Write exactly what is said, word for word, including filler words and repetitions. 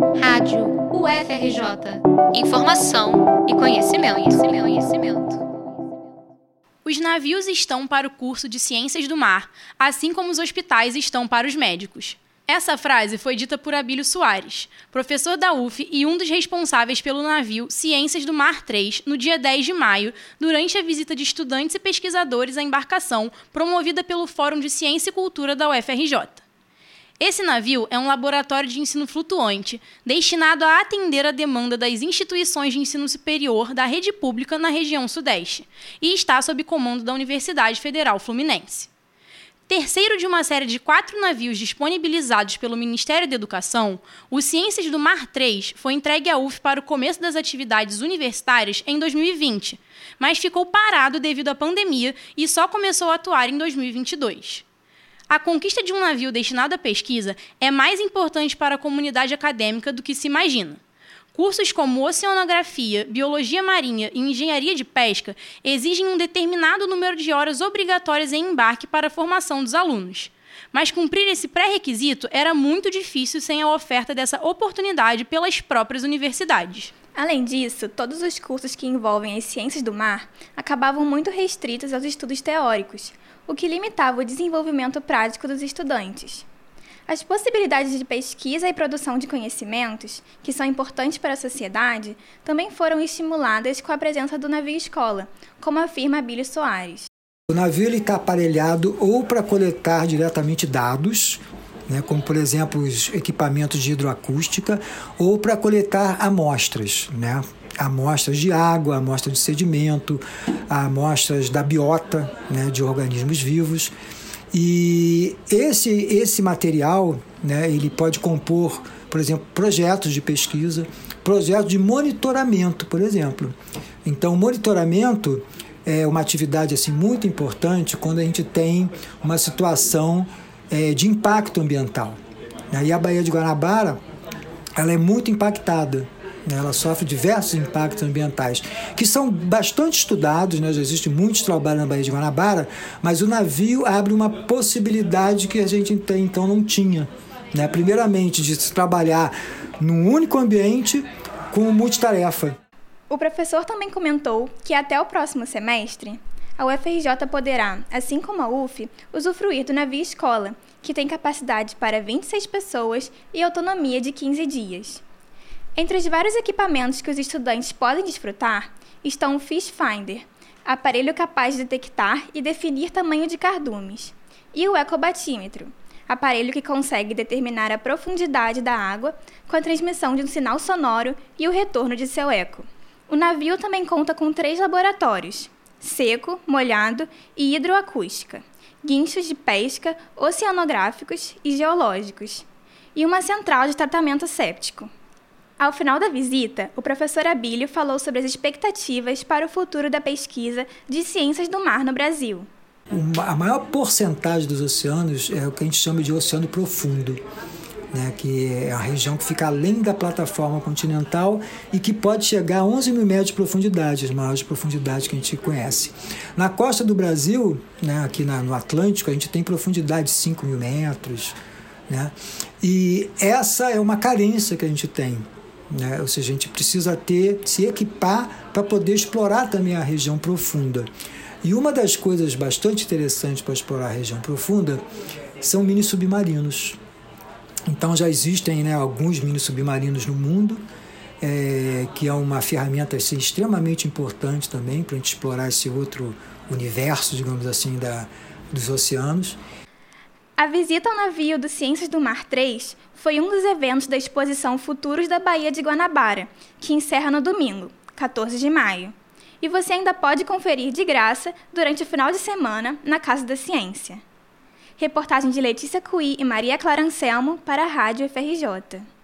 Rádio U F R J. Informação e conhecimento, conhecimento, conhecimento. Os navios estão para o curso de Ciências do Mar, assim como os hospitais estão para os médicos. Essa frase foi dita por Abílio Soares, professor da U F e um dos responsáveis pelo navio Ciências do Mar três, no dia dez de maio, durante a visita de estudantes e pesquisadores à embarcação promovida pelo Fórum de Ciência e Cultura da U F R J. Esse navio é um laboratório de ensino flutuante, destinado a atender a demanda das instituições de ensino superior da rede pública na região Sudeste, e está sob comando da Universidade Federal Fluminense. Terceiro de uma série de quatro navios disponibilizados pelo Ministério da Educação, o Ciências do Mar três foi entregue à U F para o começo das atividades universitárias em dois mil e vinte, mas ficou parado devido à pandemia e só começou a atuar em dois mil e vinte e dois. A conquista de um navio destinado à pesquisa é mais importante para a comunidade acadêmica do que se imagina. Cursos como oceanografia, biologia marinha e engenharia de pesca exigem um determinado número de horas obrigatórias em embarque para a formação dos alunos. Mas cumprir esse pré-requisito era muito difícil sem a oferta dessa oportunidade pelas próprias universidades. Além disso, todos os cursos que envolvem as ciências do mar acabavam muito restritos aos estudos teóricos, o que limitava o desenvolvimento prático dos estudantes. As possibilidades de pesquisa e produção de conhecimentos, que são importantes para a sociedade, também foram estimuladas com a presença do navio-escola, como afirma Abílio Soares. O navio está aparelhado ou para coletar diretamente dados, né, como, por exemplo, os equipamentos de hidroacústica, ou para coletar amostras, né, amostras de água, amostras de sedimento, amostras da biota, né, de organismos vivos. E esse, esse material, né, ele pode compor, por exemplo, projetos de pesquisa, projetos de monitoramento, por exemplo. Então, o monitoramento é uma atividade assim, muito importante quando a gente tem uma situação é, de impacto ambiental. E a Baía de Guanabara ela é muito impactada. Ela sofre diversos impactos ambientais, que são bastante estudados, né? Já existe muitos trabalhos na Baía de Guanabara, mas o navio abre uma possibilidade que a gente então não tinha. Né? Primeiramente, de se trabalhar num único ambiente com multitarefa. O professor também comentou que até o próximo semestre, a U F R J poderá, assim como a U F, usufruir do navio escola, que tem capacidade para vinte e seis pessoas e autonomia de quinze dias. Entre os vários equipamentos que os estudantes podem desfrutar estão o Fish Finder, aparelho capaz de detectar e definir tamanho de cardumes, e o ecobatímetro, aparelho que consegue determinar a profundidade da água com a transmissão de um sinal sonoro e o retorno de seu eco. O navio também conta com três laboratórios, seco, molhado e hidroacústica, guinchos de pesca, oceanográficos e geológicos, e uma central de tratamento séptico. Ao final da visita, o professor Abílio falou sobre as expectativas para o futuro da pesquisa de ciências do mar no Brasil. A maior porcentagem dos oceanos é o que a gente chama de oceano profundo, né, que é a região que fica além da plataforma continental e que pode chegar a onze mil metros de profundidade, as maiores profundidades que a gente conhece. Na costa do Brasil, né, aqui na, no Atlântico, a gente tem profundidade de cinco mil metros, né, e essa é uma carência que a gente tem. Né? Ou seja, a gente precisa ter, se equipar para poder explorar também a região profunda. E uma das coisas bastante interessantes para explorar a região profunda são mini submarinos. Então já existem, né, alguns mini submarinos no mundo, é, que é uma ferramenta assim, extremamente importante também para a gente explorar esse outro universo, digamos assim, da, dos oceanos. A visita ao navio do Ciências do Mar três foi um dos eventos da exposição Futuros da Baía de Guanabara, que encerra no domingo, quatorze de maio. E você ainda pode conferir de graça durante o final de semana na Casa da Ciência. Reportagem de Letícia Cuí e Maria Clara Anselmo para a Rádio U F R J.